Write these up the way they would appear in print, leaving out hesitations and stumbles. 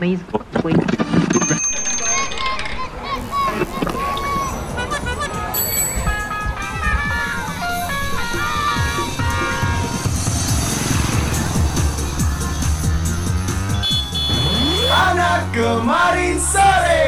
Facebook. Anak kemarin sore.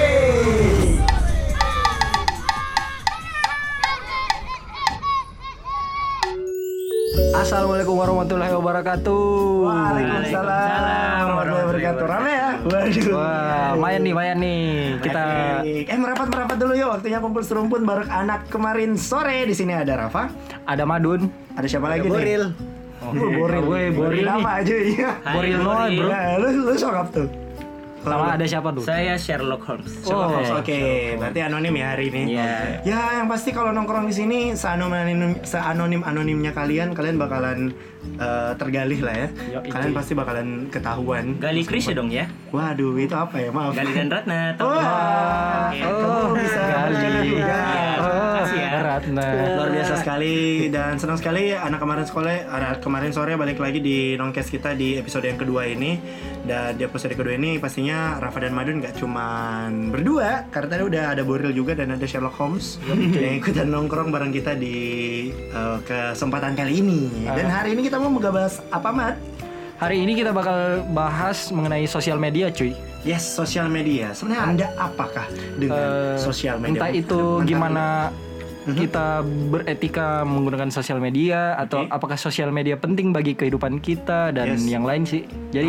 Assalamualaikum warahmatullahi wabarakatuh. Waalaikumsalam warahmatullahi wabarakatuh. Rame ya? Waduh. Wah, mayan nih. Kita merapat dulu yuk. Waktunya kumpul serumpun bareng anak kemarin sore. Di sini ada Rafa, ada Madun. ada siapa lagi Boril. nih? Boril nih. nama aja ya. Boril Noah, bro. Nah, lu sokap tuh. Sama ada siapa tuh? Saya Sherlock Holmes. Oke, berarti anonim ya hari ini. Iya. Ya, yang pasti kalau nongkrong di sini seanonim-anonimnya kalian bakalan tergalih lah ya. Kalian pasti bakalan ketahuan. Gali Kris dong ya. Waduh, itu apa ya? Maaf. Gali dan Ratna. Wah, kamu bisa bercanda juga. Kasih ya. Ratna. Luar biasa sekali dan senang sekali anak kemarin sore balik lagi di Nongkes kita di episode yang kedua ini. Dan di episode kedua ini pastinya Rafa dan Madun gak cuman berdua, karena tadi udah ada Boril juga dan ada Sherlock Holmes yang ikutan nongkrong bareng kita di kesempatan kali ini. Dan hari ini kita mau bahas apa, Mat? Hari ini kita bakal bahas mengenai sosial media, cuy. Yes, sosial media. Sebenarnya Anda apakah dengan sosial media? Entah itu gimana kita beretika menggunakan sosial media atau apakah sosial media penting bagi kehidupan kita dan yang lain sih. Jadi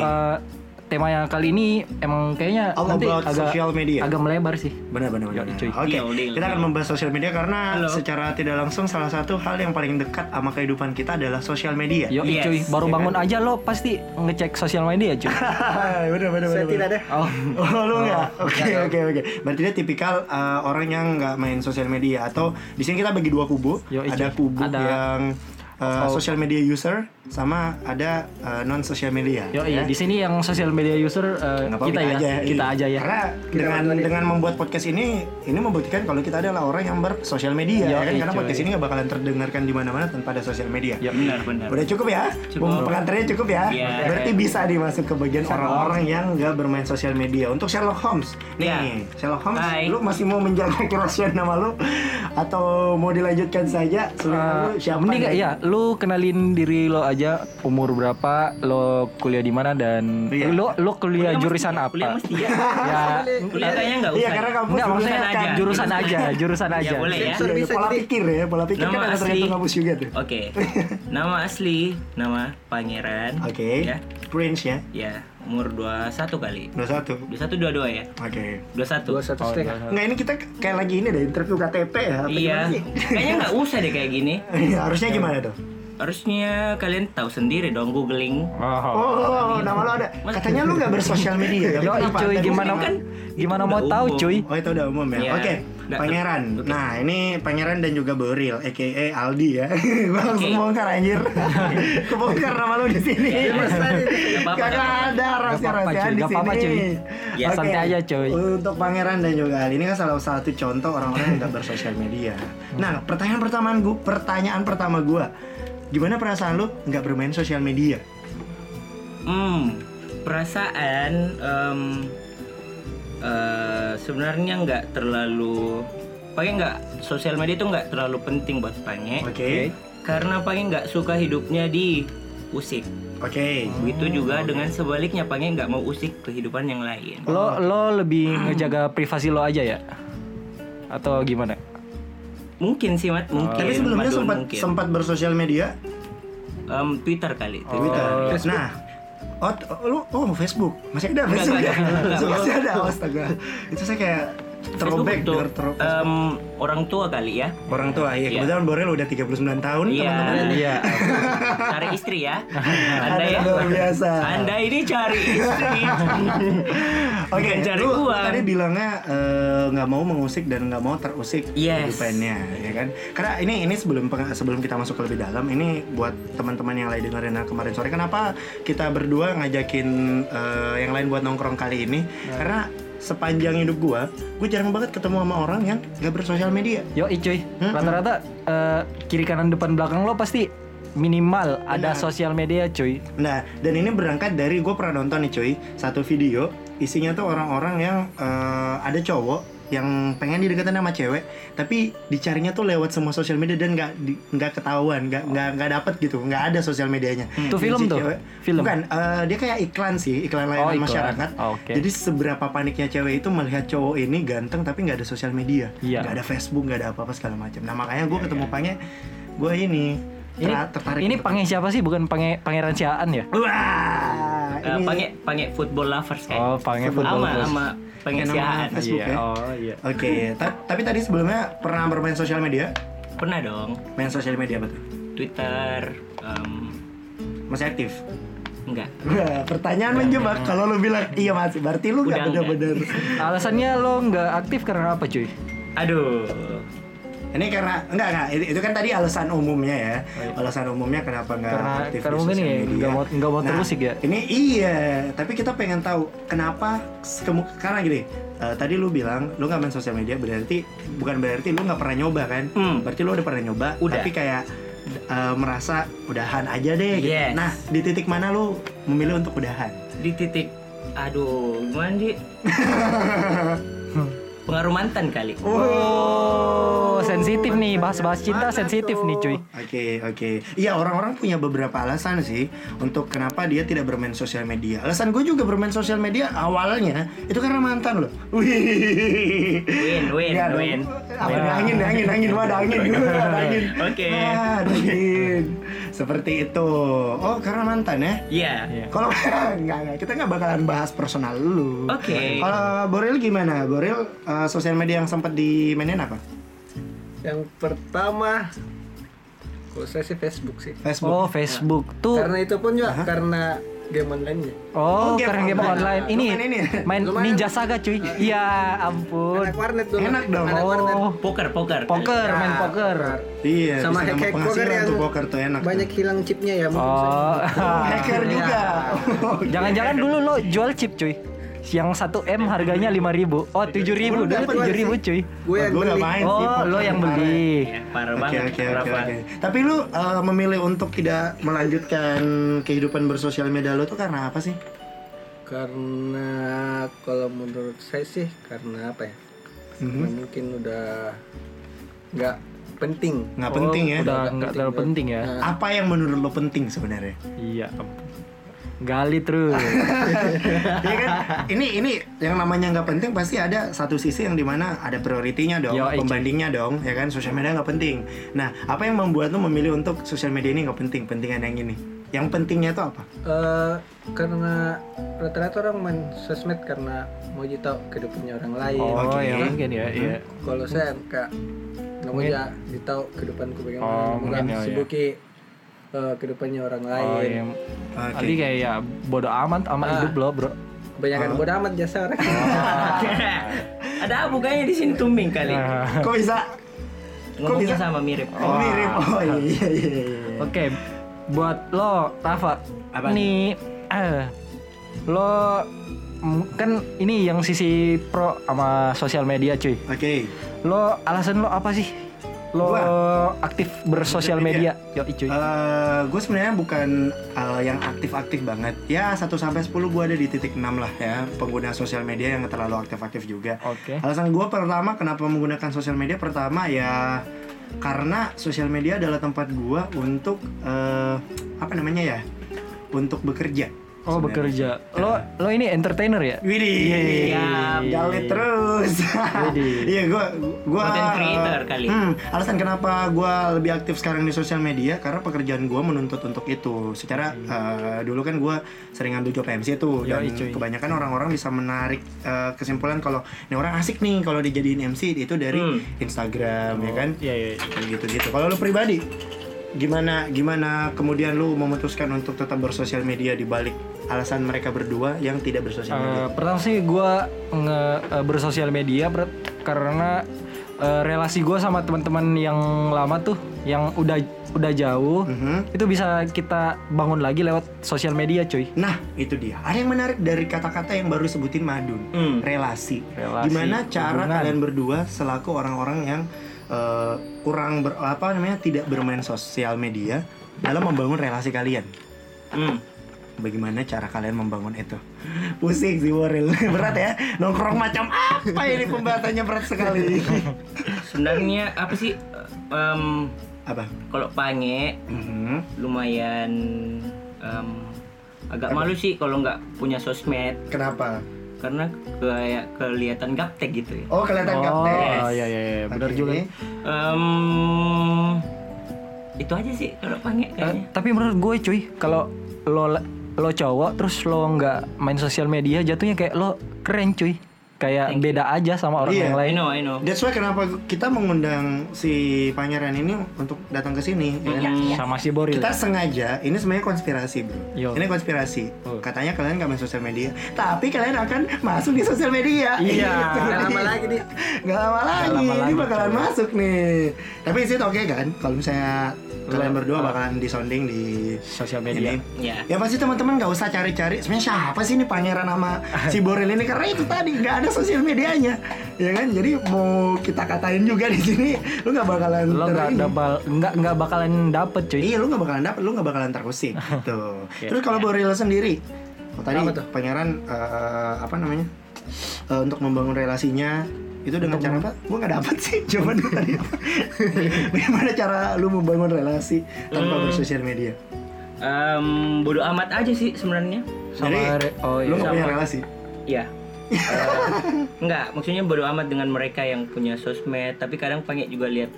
tema yang kali ini emang kayaknya nanti agak melebar sih. Benar. Cuy. Oke, kita akan membahas sosial media karena secara tidak langsung salah satu hal yang paling dekat sama kehidupan kita adalah sosial media. Cuy, baru bangun aja lo pasti ngecek sosial media, cuy. Benar. Saya tidak ada. Oh, lu enggak? Oke. Berarti dia tipikal orang yang enggak main sosial media, atau di sini kita bagi dua kubu. Ada kubu yang social media user sama ada non social media. Di sini yang social media user kita aja ya. Karena dengan membuat podcast ini membuktikan kalau kita adalah orang yang bersosial media, ya kan? Karena podcast ini nggak bakalan terdengarkan di mana-mana tanpa ada sosial media. Ya benar. Udah cukup ya? Pengantarnya cukup ya? Berarti bisa dimasuk ke bagian orang-orang yang nggak bermain sosial media. Untuk Sherlock Holmes, nih Sherlock Holmes, lu masih mau menjaga kerahasiaan nama lu atau mau dilanjutkan saja? Lu siapa? Mending ya, lu kenalin diri lo aja, umur berapa, lo kuliah di mana, dan lo kuliah jurusan apa? Kuliah mesti ya. Kuliah kayaknya enggak usah. Iya, karena kampus enggak, maksudnya jurusan aja. Ya, boleh ya. Pola pikir Nama kan ada tergantung kampus juga tuh. Oke. Nama asli, nama Pangeran. Oke. Ya. Prince ya. Ya, umur 21 kali. 21. 22 ya. Oke. 21. Enggak, ini kita kayak lagi ini deh, interview KTP ya. Iya. Kayaknya enggak usah deh kayak gini. Harusnya gimana tuh? Harusnya kalian tahu sendiri dong, googling. Oh, nama lo ada. Katanya lu nggak bersosial media. Cuy, gimana mau tahu, cuy? Oh, itu udah umum ya. Oke. Pangeran. Nah, ini Pangeran dan juga Boril, aka Aldi ya. Gua langsung bongkar anjir. Kebongkar nama lu di sini. Kagak ada rahasia-rahasiaan di sini. Cuy. Ya, santai aja, cuy. Untuk Pangeran dan juga Aldi ini kan salah satu contoh orang-orang yang nggak bersosial media. Nah, pertanyaan pertama gua, gimana perasaan lu nggak bermain sosial media? Perasaan sebenarnya nggak terlalu, nggak, sosial media itu nggak terlalu penting buat Pange. Oke. Karena Pange nggak suka hidupnya diusik. Oke. Begitu juga dengan sebaliknya, Pange nggak mau usik kehidupan yang lain. Lo lebih ngejaga privasi lo aja ya? Atau gimana? Mungkin sih, Mat. Mungkin. Tapi sebelumnya sempat bersosial media. Twitter kali. Twitter. Nah, Facebook. Masih ada Facebook ya? Masih ada. Astaga. Itu saya kayak throwback untuk orang tua kali ya. Orang tua, ya. Kebetulan Boril udah 39 tahun, teman-teman. Iya. Cari istri ya. Anda ya. Luar biasa. Anda ini cari istri. Oke, cari lu uang. tadi bilangnya nggak mau mengusik dan nggak mau terusik kehidupannya, ya kan? Karena ini sebelum kita masuk ke lebih dalam, ini buat teman-teman yang lagi dengerin kemarin sore, kenapa kita berdua ngajakin yang lain buat nongkrong kali ini? Karena sepanjang hidup gue jarang banget ketemu sama orang yang gak bersosial media. Cuy, rata-rata kiri kanan depan belakang lo pasti minimal ada sosial media cuy. Nah, dan ini berangkat dari gue pernah nonton nih cuy, satu video isinya tuh orang-orang yang ada cowok yang pengen dideketin sama cewek, tapi dicarinya tuh lewat semua sosial media dan nggak ketahuan, nggak dapet gitu, nggak ada sosial medianya. Itu film tuh? Film? Bukan, dia kayak iklan sih, iklan layanan masyarakat. Okay. Jadi seberapa paniknya cewek itu melihat cowok ini ganteng tapi nggak ada sosial media, nggak ada Facebook, nggak ada apa-apa segala macam. Nah makanya gue ketemu Pange, gue ini tertarik. Ini Pange siapa sih? Bukan Pangeran Siaan ya? Wah, Pange football lovers kayak. Oh, Pange football lovers. Sama Pengesiaan Facebook ya. Oh iya. Oke, tapi tadi sebelumnya pernah bermain sosial media? Pernah dong. Main sosial media apa tuh? Twitter. Masih aktif? Enggak. Pertanyaan menjebak. Kalau lu bilang iya masih, berarti lu nggak benar-benar. Alasannya lo nggak aktif karena apa cuy? Aduh. Ini karena enggak itu kan tadi alasan umumnya ya. Alasan umumnya kenapa enggak aktif di sosial media. Enggak mau terus sih ya. Ini iya, tapi kita pengen tahu kenapa karena gini. Tadi lu bilang lu nggak main sosial media, bukan berarti lu nggak pernah nyoba kan? Berarti lu udah pernah nyoba, tapi kayak merasa udahan aja deh gitu. Nah, di titik mana lu memilih untuk udahan? Di titik gimana Di? Pengaruh mantan kali. Oh, sensitif nih, bahas-bahas cinta sensitif nih cuy. Oke. Iya, orang-orang punya beberapa alasan sih untuk kenapa dia tidak bermain sosial media. Alasan gue juga bermain sosial media awalnya itu karena mantan loh. Win. Apa angin, ada angin. Oke. Angin. Seperti itu. Oh, karena mantan ya? Iya. Kalau enggak, kita nggak bakalan bahas personal dulu. Oke. Kalau Boril gimana? Boril sosial media yang sempat dimainin apa? Yang pertama, kalau saya sih Facebook sih. Oh, Facebook tuh. Karena itu pun juga karena game online-nya. Oh, karena game online. Ini main Ninja Saga cuy. Iya, ampun. Anak warnet dong. Enak dong. Poker. Main poker. Iya, sama hack poker yang poker tuh enak. Banyak hilang chipnya ya mungkin. Hacker juga. Jangan-jangan dulu lo jual chip cuy. Yang 1M harganya 5.000. Oh, 7.000. Dulu 7.000 cuy. Gue yang beli. Main oh, sih, lo yang beli. Parah banget. Oke. Tapi lu memilih untuk tidak melanjutkan kehidupan bersosial media lo tuh karena apa sih? Karena kalau menurut saya sih karena apa ya? Karena mungkin udah nggak penting. Nggak penting ya? Udah nggak terlalu penting ya. Apa yang menurut lo penting sebenarnya? Iya. Gali terus. Iya kan? Ini yang namanya nggak penting pasti ada satu sisi yang dimana ada prioritinya dong, pembandingnya dong, ya kan? Sosial media nggak penting. Nah, apa yang membuat lo memilih untuk sosial media ini nggak penting, pentingan yang ini? Yang pentingnya itu apa? Karena rata-rata orang main sosmed karena mau tahu kehidupannya orang lain. Oh, ya mungkin ya. Iya. Kalau saya nggak mau tahu kehidupanku bagaimana, nggak sibuki kehidupannya orang lain. Jadi kayak ya bodo amat sama hidup lo, bro. Kebanyakan bodo amat jasa orang. Ada abu kayaknya di sini tumbing kali. Kok bisa? Ngomongnya sama mirip. Oh, mirip. Oh iya. Oke, buat lo, Rafa. Apa? Nih, lo kan ini yang sisi pro sama sosial media, cuy. Oke. Lo alasan lo apa sih? Lo aktif bersosial media? Yo, cuy. Gue sebenarnya bukan yang aktif-aktif banget. Ya 1 sampai 10 gue ada di titik 6 lah ya. Pengguna sosial media yang terlalu aktif-aktif juga. Oke. Alasan gue pertama kenapa menggunakan sosial media pertama ya karena sosial media adalah tempat gue untuk untuk bekerja. Oh, bekerja. Lo ini entertainer ya? Widih. Galit terus. Iya, gua content creator kali. Alasan kenapa gua lebih aktif sekarang di sosial media karena pekerjaan gua menuntut untuk itu. Secara dulu kan gua sering ngambil job MC tuh dan kebanyakan orang-orang bisa menarik kesimpulan kalau ini orang asik nih kalau dijadiin MC itu dari Instagram ya kan? Iya. Gitu. Kalau lu pribadi gimana kemudian lu memutuskan untuk tetap bersosial media di balik alasan mereka berdua yang tidak bersosial media? Pertama sih gue bersosial media karena relasi gue sama teman-teman yang lama tuh yang udah jauh itu bisa kita bangun lagi lewat sosial media, cuy. Nah itu dia. Ada yang menarik dari kata-kata yang baru sebutin Madun, relasi. Gimana cara kalian berdua selaku orang-orang yang tidak bermain sosial media dalam membangun relasi kalian. Bagaimana cara kalian membangun itu? Pusing sih Boril. Berat ya. Nongkrong macam apa ini pembahasannya, berat sekali. Sebenarnya apa sih? Apa? Kalau Pange lumayan agak malu sih kalau nggak punya sosmed. Kenapa? Karena kayak kelihatan gaptek gitu ya. Oh, kelihatan gaptek. Oh iya benar juga. Itu aja sih kalau Pange kayaknya. Tapi menurut gue cuy, kalau lo cowok terus lo nggak main sosial media, jatuhnya kayak lo keren cuy. Kayak beda aja sama orang yang lain. I know. That's why kenapa kita mengundang si Pangeran ini untuk datang ke sini. Sama si Boril. Kita sengaja, ini sebenarnya konspirasi bro. Yo. Ini konspirasi. Katanya kalian nggak main sosial media, tapi kalian akan masuk di sosial media. Iya. Gak lama lagi nih. Gak lama lagi. Ini bakalan masuk nih. Tapi sih oke kan? Kalau misalnya kalian berdua bakalan disonding di sosial media. Iya. Ya pasti teman-teman nggak usah cari-cari. Sebenarnya siapa sih ini Pangeran sama si Boril ini? Karena itu tadi nggak ada sosial medianya, ya kan? Jadi mau kita katain juga di sini, lu nggak bakalan nggak bakalan dapet cuy. Iya, lu nggak bakalan dapet, lu nggak bakalan terusik. Tuh. Terus kalau Boril sendiri, tadi Pangeran apa namanya? Untuk membangun relasinya itu dengan cara apa? Gua nggak dapet sih. Coba dulu tadi apa? Bagaimana cara lu membangun relasi tanpa bersosial media? Bodo amat aja sih sebenarnya. Lu nggak punya relasi? Iya. Enggak, maksudnya bodo amat dengan mereka yang punya sosmed. Tapi kadang Pange juga lihat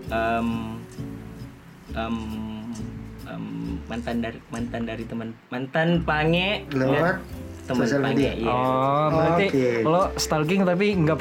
mantan Pange lewat teman Pange. Iya. Oh, berarti lo stalking tapi nggak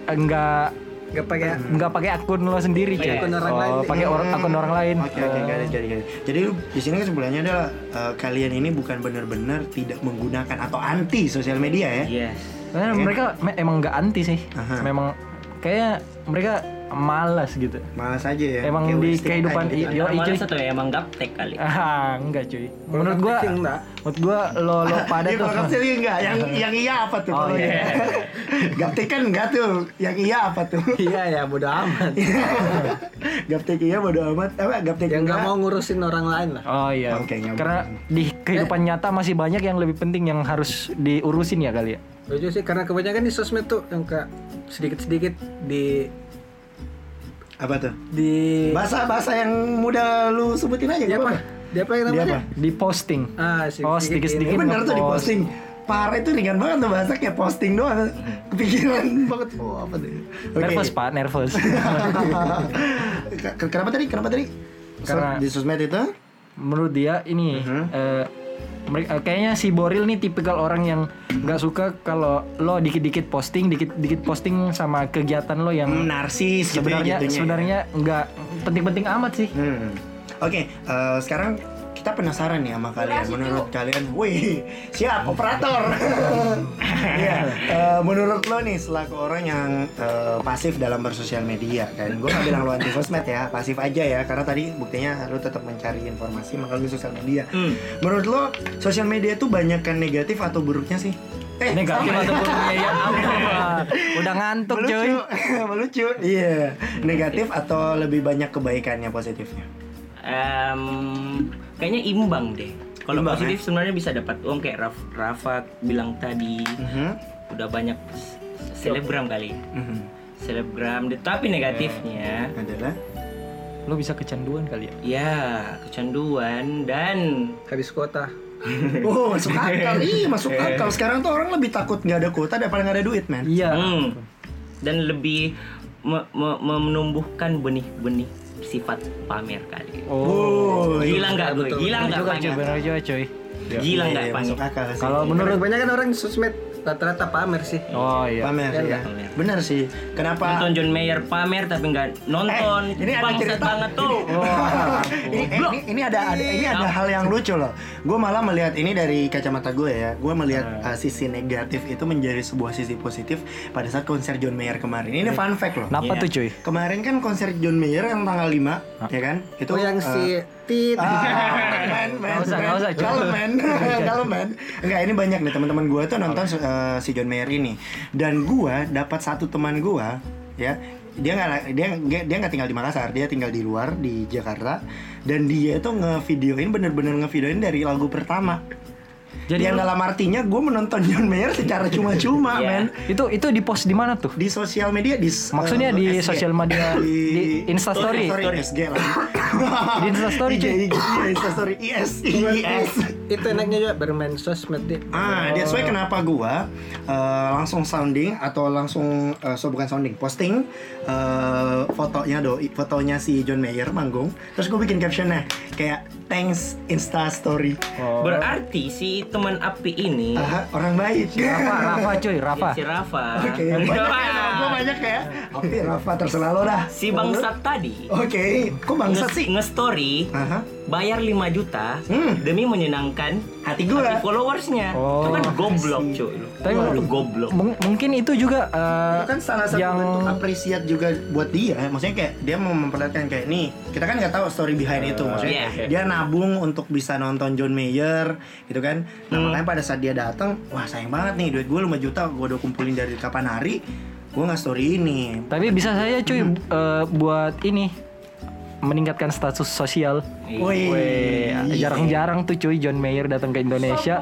pakai akun lo sendiri cuy. Akun orang lain. Pakai akun orang lain. Oke, jadi di sini kesimpulannya adalah kalian ini bukan benar-benar tidak menggunakan atau anti sosial media ya. Yes. Karena mereka emang nggak anti sih. Memang kayak mereka malas gitu. Malas aja ya. Emang di kehidupan malas atau emang gaptek kali? Enggak cuy. Menurut gua lo pada tuh. Kalau sih enggak. Yang iya apa tuh? Oh iya. Gaptek kan enggak tuh. Yang iya apa tuh? Iya ya, bodo amat. Gaptek iya bodo amat. Apa gaptek yang nggak mau ngurusin orang lain lah. Oh iya. Okay, karena di kehidupan nyata masih banyak yang lebih penting yang harus diurusin ya kali ya. Betul sih, karena kebanyakan di sosmed tuh yang kayak sedikit-sedikit di apa tuh? Di bahasa yang mudah lu sebutin aja. Apa? Di apa yang namanya? Di posting. Sedikit-sedikit. Bener tuh di posting. Parah itu ringan banget tuh bahasa kayak posting doang. Kepikiran banget. Oh apa tuh? Nervous Pak, nervous. Kenapa tadi? Karena di sosmed itu menurut dia ini kayaknya si Boril nih tipikal orang yang nggak suka kalau lo dikit-dikit posting sama kegiatan lo yang narsis sebenarnya nggak penting-penting amat sih. Oke, sekarang kita penasaran nih sama kalian. Menurut kalian, wih, siap operator. Iya, menurut lo nih selaku orang yang pasif dalam bersosial media kan, gue nggak bilang lo anti sosmed ya, pasif aja ya, karena tadi buktinya lo tetap mencari informasi melalui sosial media. Menurut lo sosial media itu banyak kan negatif atau buruknya sih? Negatif atau buruknya ya ampun. Udah ngantuk coy. Melucu. Iya. Negatif atau lebih banyak kebaikannya, positifnya? Kayaknya imbang deh. Kalau positif sebenarnya bisa dapat uang kayak Rafa bilang tadi. Udah banyak selebgram kali. Selebgram, tapi negatifnya adalah lo bisa kecanduan kali ya? Ya, kecanduan dan habis kuota. Oh, masuk akal. Iya, masuk akal. Sekarang tuh orang lebih takut nggak ada kuota daripada nggak ada duit, man. Iya. Dan lebih menumbuhkan benih-benih sifat pamer kali. Oh, gila nggak gue? Gila nggak Pange? Benar juga coy. Gila nggak Pange? Kalau menurut banyak kan orang sosmed rata-rata pamer sih. Oh iya. Pamer ya. Benar sih. Kenapa? Nonton John Mayer pamer tapi nggak nonton. Ini ada cerita banget tuh. Ini ada hal yang lucu loh. Gue malah melihat ini dari kacamata gue ya. Gue melihat sisi negatif itu menjadi sebuah sisi positif pada saat konser John Mayer kemarin. Ini fun fact loh. Kenapa tuh cuy? Kemarin kan konser John Mayer yang tanggal 5, ya kan? Itu yang si Tit. Nggak usah. Kalau men. Enggak, ini banyak nih teman-teman gue tuh nonton si John Mayer ini. Dan gue dapat satu teman gue ya dia nggak tinggal di Makassar, dia tinggal di luar di Jakarta, dan dia itu bener-bener ngevideoin dari lagu pertama. Jadi yang dalam artinya gue menonton John Mayer secara cuma-cuma, men. Itu di post di mana tuh? Di sosial media, maksudnya di sosial media di Instastory. SG lah. Di Instastory cuy. Instastory IS. Itu enaknya juga bermain sosmed deh. That's why kenapa gue langsung sounding atau langsung bukan sounding, posting fotonya si John Mayer manggung. Terus gue bikin captionnya kayak thanks Instastory. Berarti si teman api ini orang baik. Rafa cuy, Rafa. Si Rafa. Oke. Gue banyak ya. Oke, Rafa terserah lo dah. Si bangsat tadi. Oke. Kok bangsat sih? Nge-story bayar 5 juta demi menyenangkan hati gue, followersnya. Itu kan goblok cuy. Tapi itu goblok. Mungkin itu juga itu kan salah satu bentuk apresiat juga buat dia. Maksudnya kayak dia mau memperlihatkan kayak nih, kita kan nggak tahu story behind itu. Maksudnya dia nabung untuk bisa nonton John Mayer gitu kan. Nah makanya pada saat dia datang, wah sayang banget nih, duit gue 5 juta gue udah kumpulin dari kapan hari, gue nggak story ini. Tapi bisa saya cuy buat ini meningkatkan status sosial. Jarang-jarang tuh cuy John Mayer datang ke Indonesia.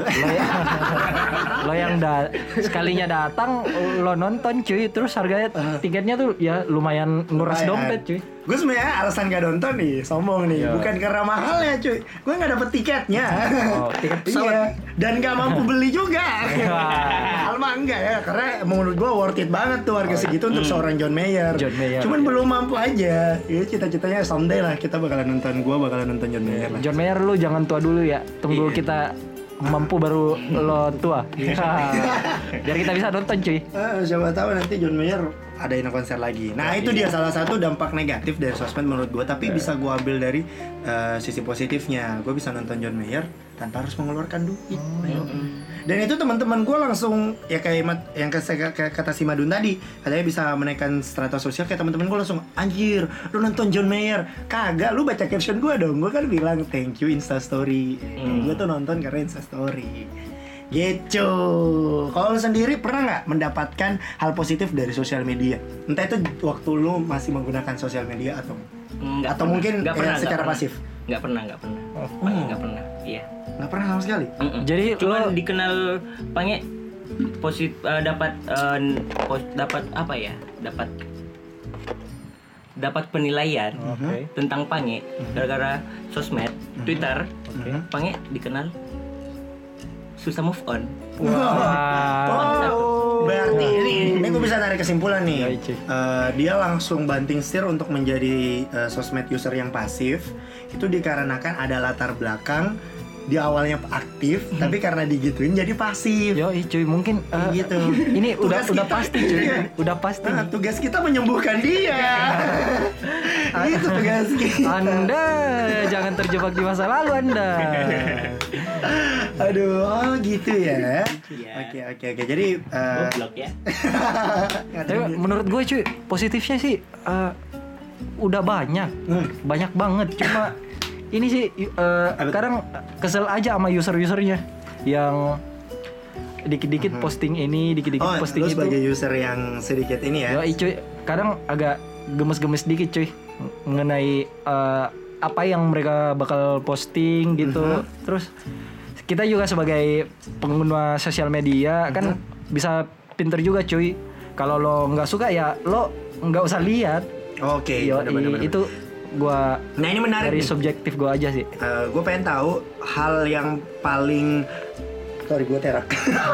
Lo yang sekalinya datang lo nonton cuy, terus harganya tiketnya tuh ya lumayan nguras dompet cuy. Gue sebenarnya alasan gak nonton nih, sombong nih, bukan karena mahalnya cuy. Gue gak dapet tiketnya. Tiket pesawat. Dan gak mampu beli juga. Mahal mah enggak ya, karena menurut gue worth it banget tuh harga segitu untuk seorang John Mayer. Cuman belum mampu aja. Ya cita-citanya someday lah kita bakalan nonton, gue bakalan nonton John Mayer lah. John Mayer lu jangan tua dulu ya, tunggu kita mampu baru lo tua. Biar kita bisa nonton cuy. Siapa tahu nanti John Mayer adain konser lagi. Nah itu dia salah satu dampak negatif dari sosmed menurut gue. Tapi bisa gue ambil dari sisi positifnya. Gue bisa nonton John Mayer tanpa harus mengeluarkan duit. Dan itu teman-teman gue langsung ya kayak yang kata si Madun tadi, katanya bisa menaikkan strata sosial. Kayak teman-teman gue langsung, anjir lu nonton John Mayer. Kagak, lu baca caption gue dong. Gue kan bilang thank you Instastory. Gue tuh nonton karena Instastory gitu. Kalau lu sendiri pernah nggak mendapatkan hal positif dari sosial media? Entah itu waktu lu masih menggunakan sosial media atau mungkin secara pasif? Nggak pernah. Nggak pernah. Iya. Nggak pernah sama sekali. Jadi cuma dikenal Pange dapat apa ya? Dapat penilaian tentang Pange gara-gara sosmed, Twitter. Pange dikenal susah move on. Berarti ini gue bisa narik kesimpulan nih. Dia langsung banting setir untuk menjadi sosmed user yang pasif. Itu dikarenakan ada latar belakang. Dia awalnya aktif, tapi karena digituin jadi pasif. Cuy, mungkin gitu. Ini udah pasti cuy. Udah pasti. Tugas kita menyembuhkan dia. Itu tugas kita. Anda jangan terjebak di masa lalu Anda. Aduh, gitu ya. Oke. Jadi goblok ya. Tapi menurut gue cuy, positifnya sih udah banyak banget. Cuma ini sih sekarang kesel aja sama user-usernya yang dikit-dikit posting ini, dikit-dikit posting itu. Sebagai user yang sedikit ini ya. Cuy, kadang agak gemes-gemes dikit cuy mengenai apa yang mereka bakal posting gitu. Terus kita juga sebagai pengguna sosial media kan bisa pinter juga cuy. Kalau lo nggak suka ya lo nggak usah lihat. Oke. Itu gua. Nah ini menarik. Dari subjektif gua aja sih. Gue pengen tahu hal yang paling. Sorry gue terak.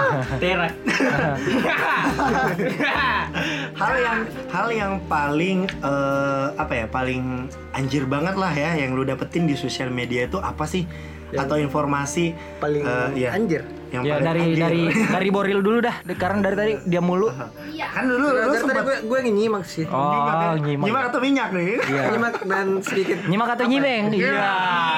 hal yang paling paling anjir banget lah ya yang lu dapetin di sosial media itu apa sih? Atau informasi paling anjir yang ya dari Boril dulu dah, karena dari tadi dia mulu. Kan dulu sempat gue nyimak sih. Nyimak atau minyak nih? Nyimak dan sedikit nyimak atau nyimeng? Iya.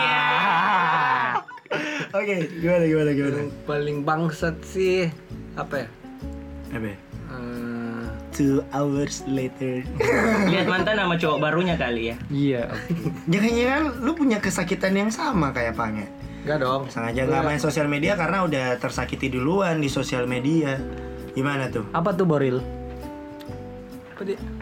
Oke, gimana? Paling bangsat sih apa ya? 2 hours later. Lihat mantan sama cowok barunya kali ya. Iya. Jangan-jangan lu punya kesakitan yang sama kayak Pange? Enggak dong. Sengaja nggak main sosial media karena udah tersakiti duluan di sosial media. Gimana tuh? Apa tuh Boril? Apa dia?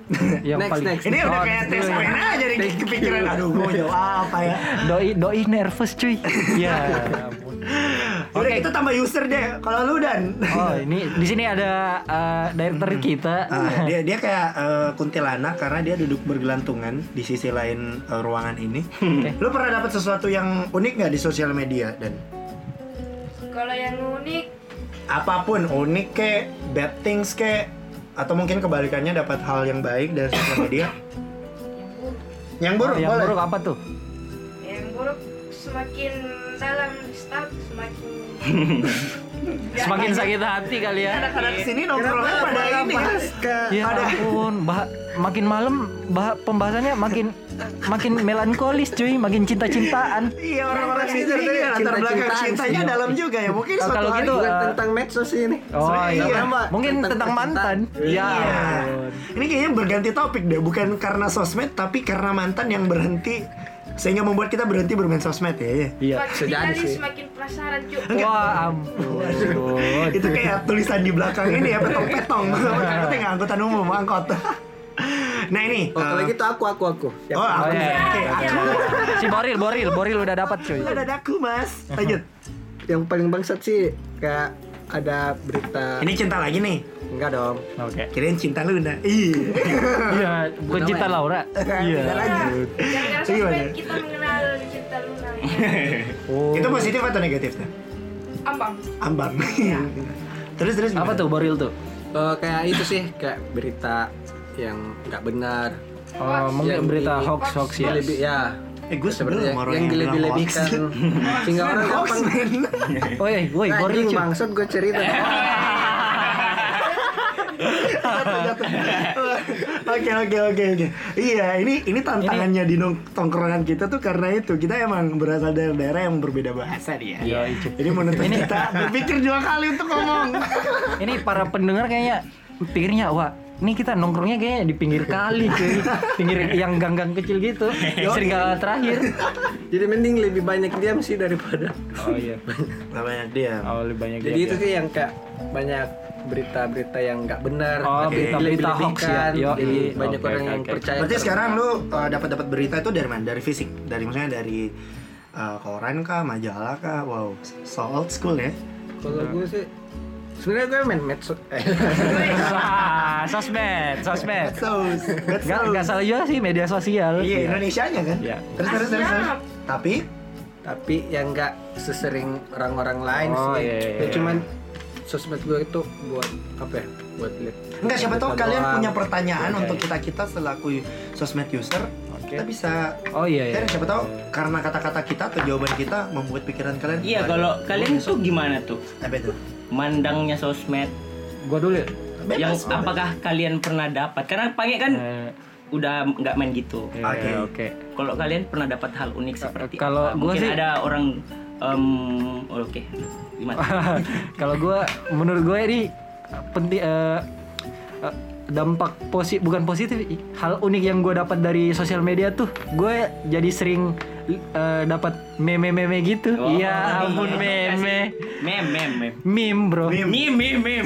Yang paling next. Ini udah kayak tes pena aja nih kepikiran. Aduh, mau jawab apa ya? Doi nervous cuy. Ya. Oke, kita tambah user deh. Kalau lu Dan. Oh, ini di sini ada director kita. Dia kayak kuntilanak karena dia duduk bergelantungan di sisi lain ruangan ini. Lu pernah dapat sesuatu yang unik nggak di sosial media Dan? Kalau yang unik, Apapun unik kek, bad things kek, atau mungkin kebalikannya dapat hal yang baik dari sosial media. Yang buruk yang boleh. buruk apa tuh? yang buruk semakin dalam start semakin Semakin sakit hati kali ya. Anak-anak sini nongkrongnya pada ini kan. Ya ampun, makin malam pembahasannya makin melankolis cuy, makin cinta-cintaan. Iya, orang-orang sini dari latar belakang cintanya dalam juga ya. Mungkin suatu kalau hari gitu Bukan tentang medsos ini. Oh iya, Iya. mungkin tentang mantan. Iya. Ya. Ini kayaknya berganti topik deh, bukan karena sosmed tapi karena mantan yang berhenti sehingga membuat kita berhenti bermain sosmed ya. Iya. semakin Sejadi dikali sih. semakin penasaran cuy. Wah ampun. Itu kayak tulisan di belakang ini ya, petong-petong. Karena tinggal angkutan umum, angkot. Nah ini. Oh, kalau gitu aku. Siap. Oh, aku. iya. Oke, aku. Si Boril udah dapat cuy. Ada daku, Mas. Lanjut. Yang paling bangsat sih kayak ada berita. Ini cinta lagi nih. Enggak dong. Oke. Kirain cinta Luna. Iya. Iya, bukan cinta Laura. Iya. Lanjut. Gara-gara Gimana? sosmed kita mengenal cinta Luna. Oh. Itu positif atau negatif tuh? Ambang. Ambang. Terus Apa gimana? tuh Boril tuh? Kayak itu sih kayak berita yang nggak benar. Oh, mungkin Yang berita di- hoax ya. Dilebih ya. Gue Sebenarnya sebelum orang yang dilebih-lebihkan sehingga orang gampang. Woi, Boril Anjing cuy. bangsat gue cerita. Oke. Iya, ini tantangannya di tongkrongan kita tuh karena itu kita emang berasal dari daerah yang berbeda bahasa dia. Iya, itu. Jadi menuntut kita berpikir 2 kali untuk ngomong. Ini para pendengar kayaknya pikirnya wah ini kita nongkrongnya kayaknya di pinggir kali cuy, pinggir yang gang-gang kecil gitu, serigala terakhir. Jadi mending lebih banyak diam sih daripada. Oh iya, Gak banyak dia. oh lebih banyak Jadi dia. itu sih yang kayak banyak berita-berita yang nggak benar. Oh, berita-berita hoax ya. Yo, Jadi iya. banyak Oke, orang oke, yang oke. percaya. Berarti terus. sekarang lu dapat berita itu dari mana? Dari fisik? Maksudnya dari koran kah, majalah kah? Wow, so old school ya. Kalau gue sih sebenarnya gue main medsos. Sosmed. That's Gak salah juga sih media sosial. Iya, Indonesianya kan? Iya. Terus. Tapi yang nggak sesering orang-orang lain Oh, sih. iya. Ya cuman sosmed gue itu buat apa ya? Buat lihat. Enggak, siapa tahu berita kalian doang. punya pertanyaan Oke. untuk kita selaku sosmed user. Oke. Kita bisa Oh iya. Dan siapa tahu karena kata-kata kita atau jawaban kita membuat pikiran kalian. Iya, kalau kalian tuh gimana tuh? Apa itu? Mandangnya sosmed. Gua dulu. Ya? Yang apakah kalian pernah dapat? Karena Pange kan udah nggak main gitu. Oke. Kalau kalian pernah dapat hal unik seperti kalau apa? gua Mungkin sih- ada orang oke. Gimana? Kalau menurut gue ini penting dampak bukan positif, hal unik yang gue dapat dari sosial media tuh gue jadi sering dapat meme gitu. Oh, Iya ampun meme bro, meme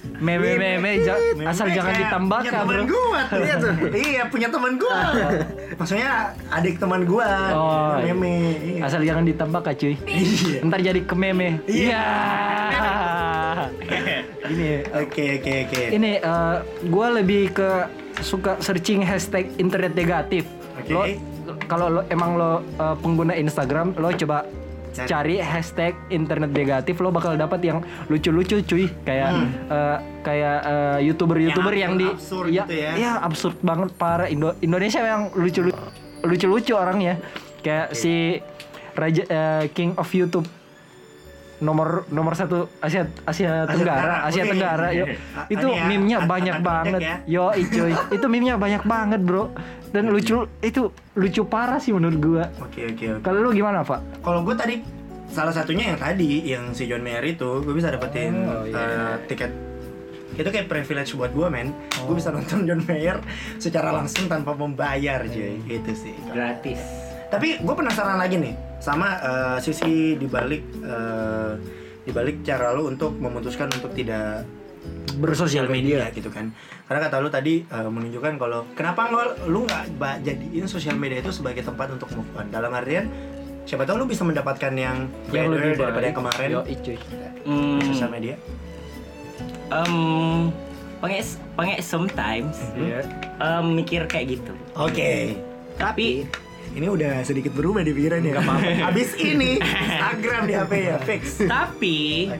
asal jangan ditambahkan bro. Punya teman gua tuh. Iya tuh. Iya, punya teman gua. Maksudnya adik teman gua. Oh, Meme. Iya. Asal jangan ditambahkan cuy. Iya. Ntar jadi ke meme. Iya. Ini Oke. ini gue lebih ke suka searching hashtag internet negatif. Oke. Kalau lo emang lo pengguna Instagram, lo coba cari hashtag internet negatif, lo bakal dapat yang lucu-lucu cuy, kayak youtuber Yang yang di absurd gitu ya. ya absurd banget, parah. Indonesia yang lucu orangnya, kayak si Raja King of YouTube nomor 1 Asia Tenggara yo. Itu Ini ya, meme-nya anak banyak pendek banget ya. yo cuy. Itu meme-nya banyak banget bro, dan lucu parah sih menurut gua. Oke. Kalau lu gimana Pak? Kalau gue tadi salah satunya yang tadi yang si John Mayer itu gue bisa dapetin tiket. Itu kayak privilege buat gue men. Gue bisa nonton John Mayer secara langsung tanpa membayar cuy. Itu sih Gratis. Tapi gue penasaran lagi nih sama sisi dibalik cara lo untuk memutuskan untuk tidak bersosial media gitu kan. Karena kata lu tadi menunjukkan kalau kenapa lu nggak jadiin sosial media itu sebagai tempat untuk move on. Dalam artian siapa tahu lu bisa mendapatkan yang lebih daripada yang kemarin. Di sosial media. Pengen sometimes mikir kayak gitu. Oke. Tapi ini udah sedikit berubah di pikirannya. Enggak apa-apa. Abis ini Instagram di HP ya fix. Tapi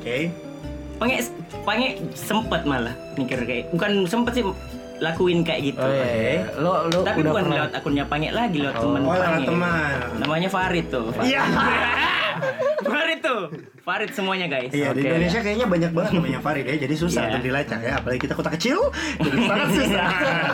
pengen sempet malah mikir kayak bukan sempet sih lakuin kayak gitu. Lo tapi udah bukan pernah lewat akunnya Pange lagi, lewat teman Pange. Teman. Namanya Farid tuh. Iya. Farid tuh. Farid semuanya guys. Iya, di Indonesia kayaknya banyak banget namanya Farid ya. Jadi susah untuk dilacak ya, apalagi kita kota kecil. Jadi sangat susah.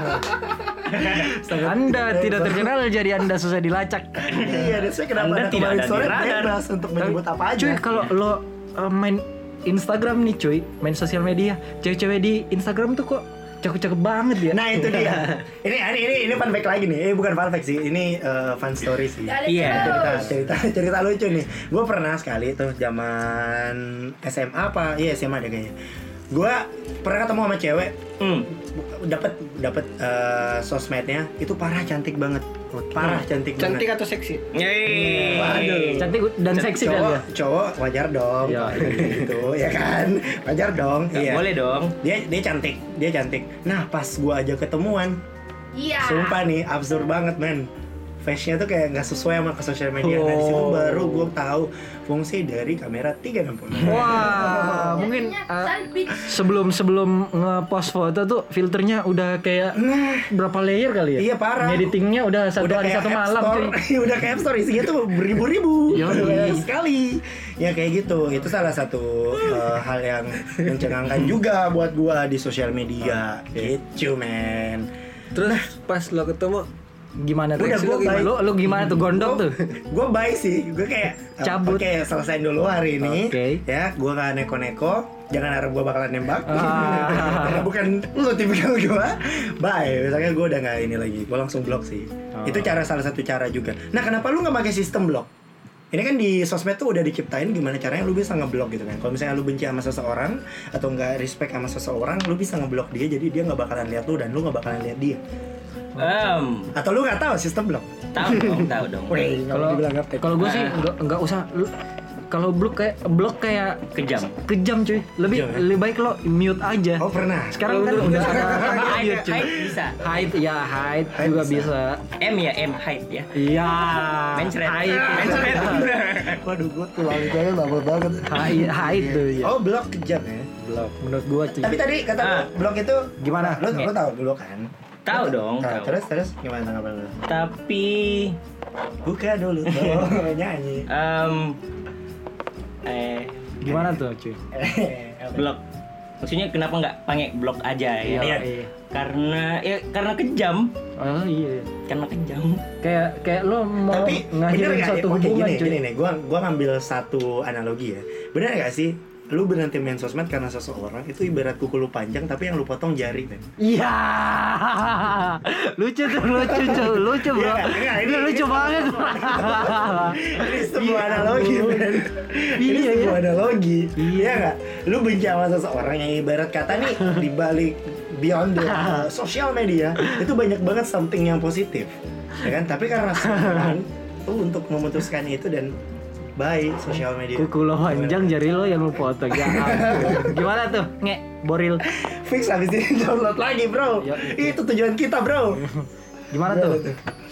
Anda tidak terkenal jadi Anda susah dilacak. Iya, dan saya kenapa Anda tidak ada sore di radar bebas untuk menyebut apa aja. Cuy, kalau lo main Instagram nih cuy, main sosial media, cewek-cewek di Instagram tuh kok cakep-cakep banget ya. Nah itu dia. Ini fun fact lagi nih. Bukan fun fact sih. Ini fun story sih. Iya. Cerita lucu nih. Gue pernah sekali tuh zaman SMA apa? Iya SMA deh kayaknya. Gue pernah ketemu sama cewek. Dapat sosmednya itu parah cantik banget. Parah cantik Cantik banget. atau seksi? Waduh. Cantik dan seksi kan ya. Cowok wajar dong. Ya, gitu ya kan. Wajar dong. Iya. Boleh dong. Dia cantik. Nah, pas gua ajak ketemuan, Iya. sumpah nih absurd banget, men. Face-nya tuh kayak nggak sesuai sama ke sosial media. Nah, di situ baru gue tahu fungsi dari kamera 360. Wah, mungkin sebelum nge-post foto tuh filternya udah kayak berapa layer kali ya? Iya, parah. Editingnya udah satu hari satu malam cuy. Udah kayak App Store, isinya tuh beribu-ribu. Yoi. Sekali. Ya kayak gitu. Itu salah satu hal yang mencengangkan juga buat gua di sosial media. Gitu, men. Terus pas lo ketemu Gimana tuh? Udah, gua baik. Lu gimana tuh gondok tuh? Gue baik sih, gue kayak Cabut. Oke, selesain dulu hari ini. Oke. Ya, gue gak neko-neko. Jangan harap gue bakalan nembak. Karena bukan lu tipikal gue. Bye. Misalnya gue udah gak ini lagi. Gue langsung blok sih. Itu salah satu cara juga. Nah, kenapa lu gak pakai sistem blok? Ini kan di sosmed tuh udah diciptain gimana caranya lu bisa ngeblok gitu kan. Kalau misalnya lu benci sama seseorang atau nggak respect sama seseorang, lu bisa ngeblok dia jadi dia nggak bakalan lihat lu dan lu nggak bakalan lihat dia. Atau lu nggak tahu sistem blok? Tahu dong. Kalau gue sih nggak usah. Kalau blok kayak kejam cuy. Lebih baik lo mute aja. Oh pernah. Sekarang kan udah ada Hide bisa. Hide juga bisa. M hide ya. Iya. Mencret. Waduh, gue tuh lalu jalan lama banget. Hide tuh ya. Oh blok kejam ya. Blok menurut gua cuy. Tapi tadi kata blok itu gimana? Lu tahu blok kan? Tahu dong. Terus gimana tanggapan lu? Tapi buka dulu. Nyanyi. Gimana tuh cuy? Blok. Maksudnya kenapa nggak pakai blok aja ya? Iya. Karena kejam. Oh iya. Karena kejam. Kayak lo mau ngakhirin suatu hubungan cuy. Gini nih, gua ngambil satu analogi ya. Benar nggak sih? Lu berhenti main sosmed karena seseorang itu ibarat kuku lu panjang tapi yang lu potong jari kan? Iya. Lucu bro. Ini lucu banget. Ini sebuah analogi men. Ini sebuah analogi. Iya nggak? Lu benci sama seseorang yang ibarat kata nih di balik beyond the social media itu banyak banget something yang positif, ya kan? Tapi karena seseorang tuh untuk memutuskan itu dan baik sosial media. Kuku lo panjang, jari lo yang lo potong. Gimana tuh? Boril. Fix habis ini download lagi, bro. Itu tujuan kita, bro. Gimana tuh?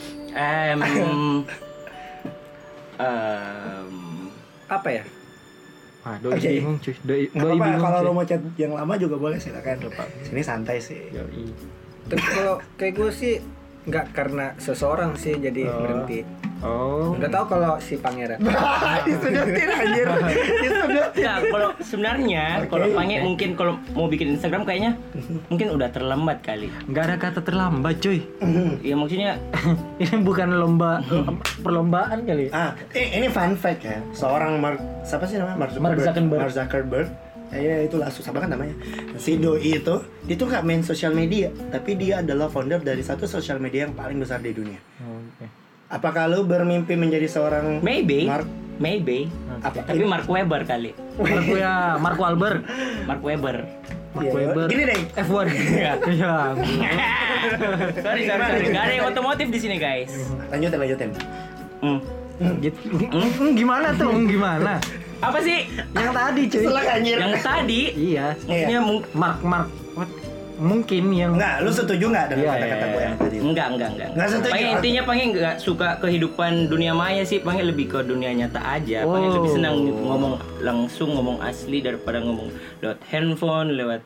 Apa ya? Doi bingung cuy. Doi bingung. Kalau lo mau chat yang lama juga boleh, silakan. Sini santai sih. Tapi kalau kayak gue sih nggak karena seseorang sih jadi berhenti. Nggak tahu kalau si pangeran. Disudutin anjir. Ya, kalau sebenarnya kalau Pange mungkin kalau mau bikin Instagram kayaknya mungkin udah terlambat kali. Nggak ada kata terlambat cuy. Ya maksudnya ini bukan perlombaan kali. Ini fun fact ya. Seorang siapa sih namanya? Mark Zuckerberg. Ya itulah susah banget namanya. Si doi itu dia tuh nggak main sosial media, tapi dia adalah founder dari satu sosial media yang paling besar di dunia. Apakah lu bermimpi menjadi seorang maybe. Apa? Tapi Mark Webber kali. Mark Wahlberg. Mark Webber. Mark Webber. Gini deh. F1. Iya. Sorry. Gak ada yang otomotif di sini guys. Lanjutin. Gimana tuh? Gimana? Apa sih? Yang tadi cuy. Yang tadi? Iya. Maksudnya Mark. Mungkin yang enggak, lu setuju enggak dengan kata-kata gue yang tadi? Enggak. Enggak setuju. Intinya enggak suka kehidupan dunia maya sih, lebih ke dunia nyata aja. Lebih senang ngomong langsung, ngomong asli daripada ngomong lewat handphone, lewat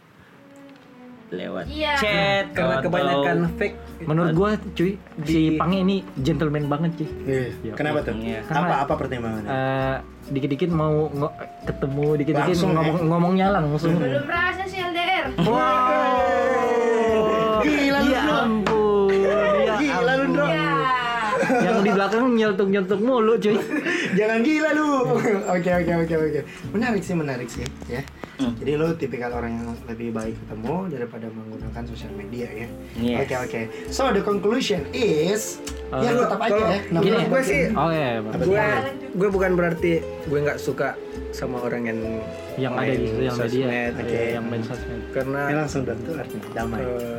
chat. Karena kebanyakan fake. Menurut gua cuy, si Pange ini gentleman banget cuy. Iya. Kenapa tuh? Apa pertimbangannya? Dikit-dikit mau ketemu, dikit-dikit ngomongnya langsung. Belum rasa sih LDR. Wow. Gila lu, ya ampun. Gila lu, Bro. Yang di belakang nyeltuk mulu cuy. Jangan gila lu. Oke. Menarik sih ya. Jadi lu tipikal orang yang lebih baik ketemu daripada menggunakan sosial media ya. Yes. Oke. So the conclusion is ya tetap aja ya. Gini, gue sih Gue bukan berarti gue nggak suka sama orang yang ada di sosial media, yang main sosmed. Karena langsung tuh artinya damai.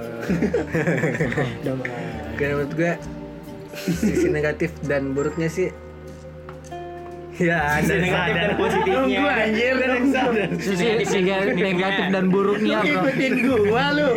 Karena menurut gue sisi negatif dan buruknya sih ya ada negatif dan positifnya. Gue anjir Sisi negatif dan buruknya bro. Ikutin gua lu.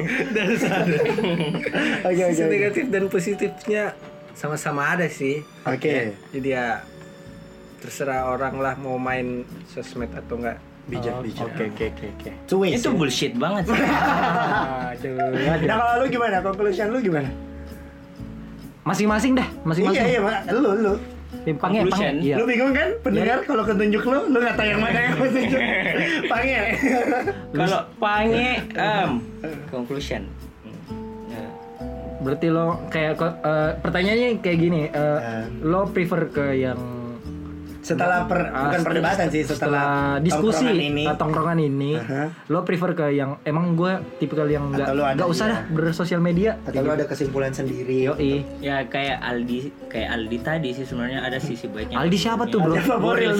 Oke. Sisi negatif dan positifnya sama-sama ada sih. Oke. Jadi ya terserah orang lah mau main sosmed atau enggak. Bijak. Oke. Itu bullshit banget sih. Aduh. Nah kalau lu gimana? Conclusion lu gimana? Masing-masing dah, masing-masing. Iya, lu. Pange. Iya. Lu bingung kan? Pendengar kalau ketunjuk lu nggak tahu yang mana yang ketunjuk. Pange. Kalau Pange, conclusion. Berarti lo kayak pertanyaannya kayak gini, lo prefer ke yang setelah bukan perdebatan sih, setelah diskusi tongkrongan ini, lo prefer ke yang emang gue tipikal yang nggak usah dah bersosial media, atau lo ada kesimpulan sendiri? Yoi. Ya kayak Aldi tadi sih sebenarnya ada sisi baiknya. Aldi siapa tuh bro? Boril.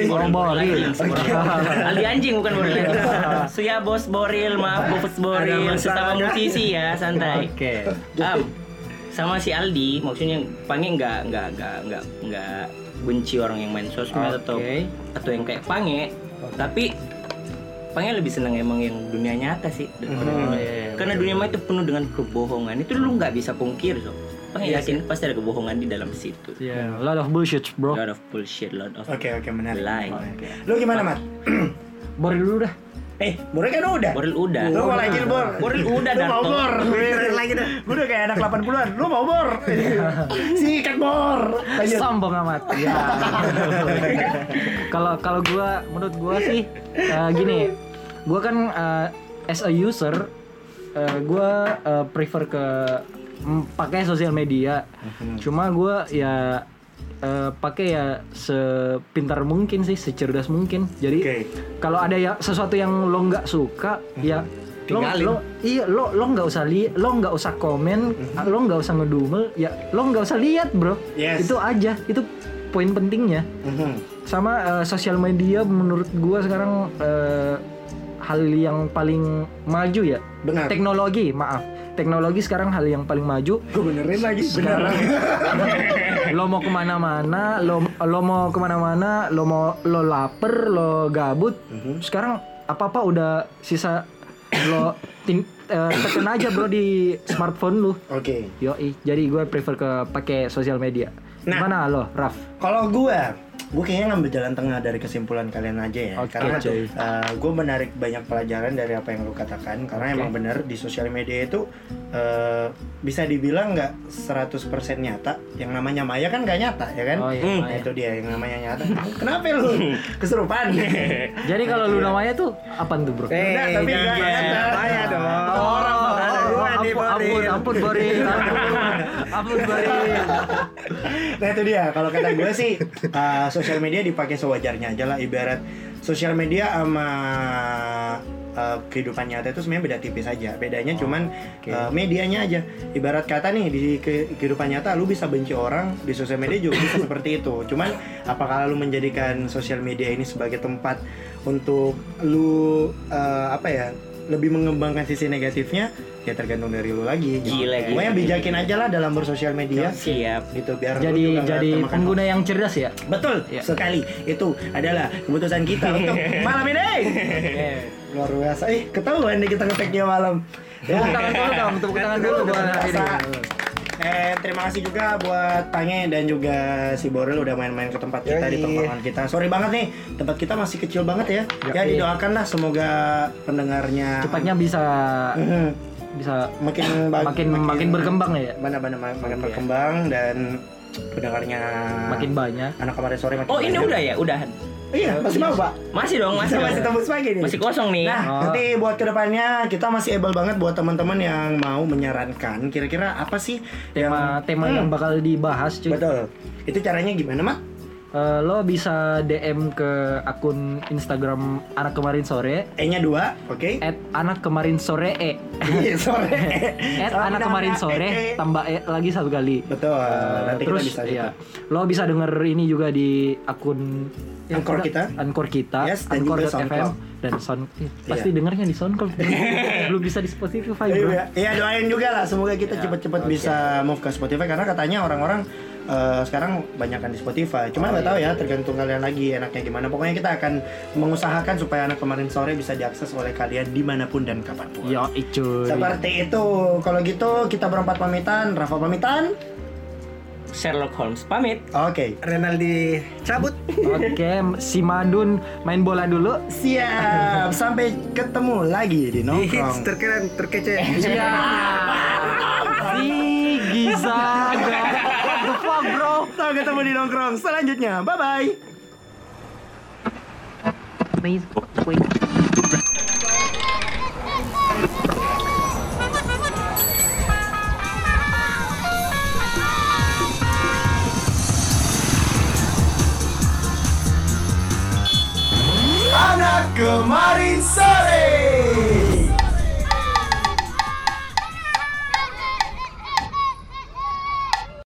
Aldi anjing bukan Boril. Ya bos Boril, maaf bos Boril, sesama musisi ya, santai. Oke. Sama si Aldi, maksudnya Pange nggak benci orang yang main sosmed atau yang kayak Pange, tapi Pange lebih senang emang yang dunia nyata sih. Karena dunia maya itu penuh dengan kebohongan, itu lu nggak bisa pungkir so. Pange yakin pasti ada kebohongan di dalam situ. Yeah, a lot of bullshit bro. Lot of bullshit, lot of menarik. lie. Lu gimana Mat? Boril dulu dah. Boril kan udah. Boril udah. Lu mau lagi Bor? Boril udah dah. Lu mau Bor? Lagi dah. Gue udah kayak anak 80-an. Lu mau Bor? Sikat Bor. Sombong amat. Ya. Kalau gua menurut gua sih gini. Gua kan as a user gua prefer ke pakai sosial media. Cuma gua ya pakai ya sepintar mungkin sih, secerdas mungkin. Jadi kalau ada ya sesuatu yang lo nggak suka, ya lo nggak usah lo nggak usah komen, lo nggak usah ngedumel, ya lo nggak usah lihat bro. Itu aja, itu poin pentingnya. Sama sosial media menurut gua sekarang hal yang paling maju ya. Benar. Teknologi sekarang hal yang paling maju. Gue benerin lagi sekarang. Lo mau kemana-mana, lo lapar, lo gabut. Sekarang apa-apa udah sisa lo tekan aja bro di smartphone lu. Oke. Yoi. Jadi gue prefer ke pakai sosial media. Mana lo, Raf? Kalau gue kayaknya ngambil jalan tengah dari kesimpulan kalian aja ya. Karena gue menarik banyak pelajaran dari apa yang lu katakan. Karena emang bener di sosial media itu bisa dibilang nggak 100% nyata. Yang namanya maya kan nggak nyata ya kan? Nah itu dia yang namanya nyata. Kenapa lu kesurupan? Jadi kalau lu namanya tuh apa tuh bro? Udah, tapi nggak nyata. Maya dong. Ampun Boril. Nah itu dia. Kalau kata gue sih sosial media dipakai sewajarnya aja lah. Ibarat sosial media sama kehidupan nyata itu sebenarnya beda tipis aja. Bedanya cuman medianya aja. Ibarat kata nih di kehidupan nyata lu bisa benci orang, di sosial media juga bisa seperti itu. Cuman apakah lu menjadikan sosial media ini sebagai tempat untuk lu lebih mengembangkan sisi negatifnya, ya tergantung dari lu lagi. Gila. Pokoknya bijakin aja lah dalam bersosial media. Siap. Gitu biar jadi pengguna yang cerdas ya. Betul sekali. Itu adalah keputusan kita untuk malam ini. Luar biasa. Ketahuan nih kita ngeteknya malam. Tepuk tangan dulu buat ini. Terima kasih juga buat Pange dan juga si Borel udah main-main ke tempat kita di tongkrongan kita. Sorry banget nih, tempat kita masih kecil banget ya. Ya didoakan lah semoga pendengarnya cepatnya bisa makin berkembang ya. Makin berkembang dan pendengarnya makin banyak. Anak kemarin sore makin banyak. Ini udah ya, udahan. Iya, masih mau Pak? Masih dong, masih tembus pagi nih. Masih kosong nih. Nah, nanti buat kedepannya kita masih able banget buat teman-teman yang mau menyarankan kira-kira apa sih tema yang bakal dibahas, cuy. Betul. Itu caranya gimana, Mak? Lo bisa DM ke akun Instagram Anak Kemarin Sore. E-nya 2, oke. @anak kemarin sore sore. @anak kemarin sore tambah lagi 1 kali. Betul. Nanti terus kita bisa lo bisa denger ini juga di akun Anchor kita. Yes, dan juga Anchor.fm dan pasti dengernya di SoundCloud. Belum bisa di Spotify, bro. Iya, doain juga lah semoga kita cepat-cepat bisa move ke Spotify karena katanya orang-orang sekarang banyakkan di Spotify. Cuma nggak tahu ya, tergantung kalian lagi enaknya gimana. Pokoknya kita akan mengusahakan supaya Anak Kemarin Sore bisa diakses oleh kalian dimanapun dan kapanpun. Yo, cuy. Seperti itu. Kalau gitu kita berempat pamitan. Rafa pamitan. Sherlock Holmes pamit. Oke. Renaldi cabut. Oke, si Madun main bola dulu. Siap. Sampai ketemu lagi di nongkrong. Terkeren, terkece. Siap. Giza. What the fuck, bro? Sampai ketemu di nongkrong selanjutnya. Bye bye. Anak Kemarin Sore.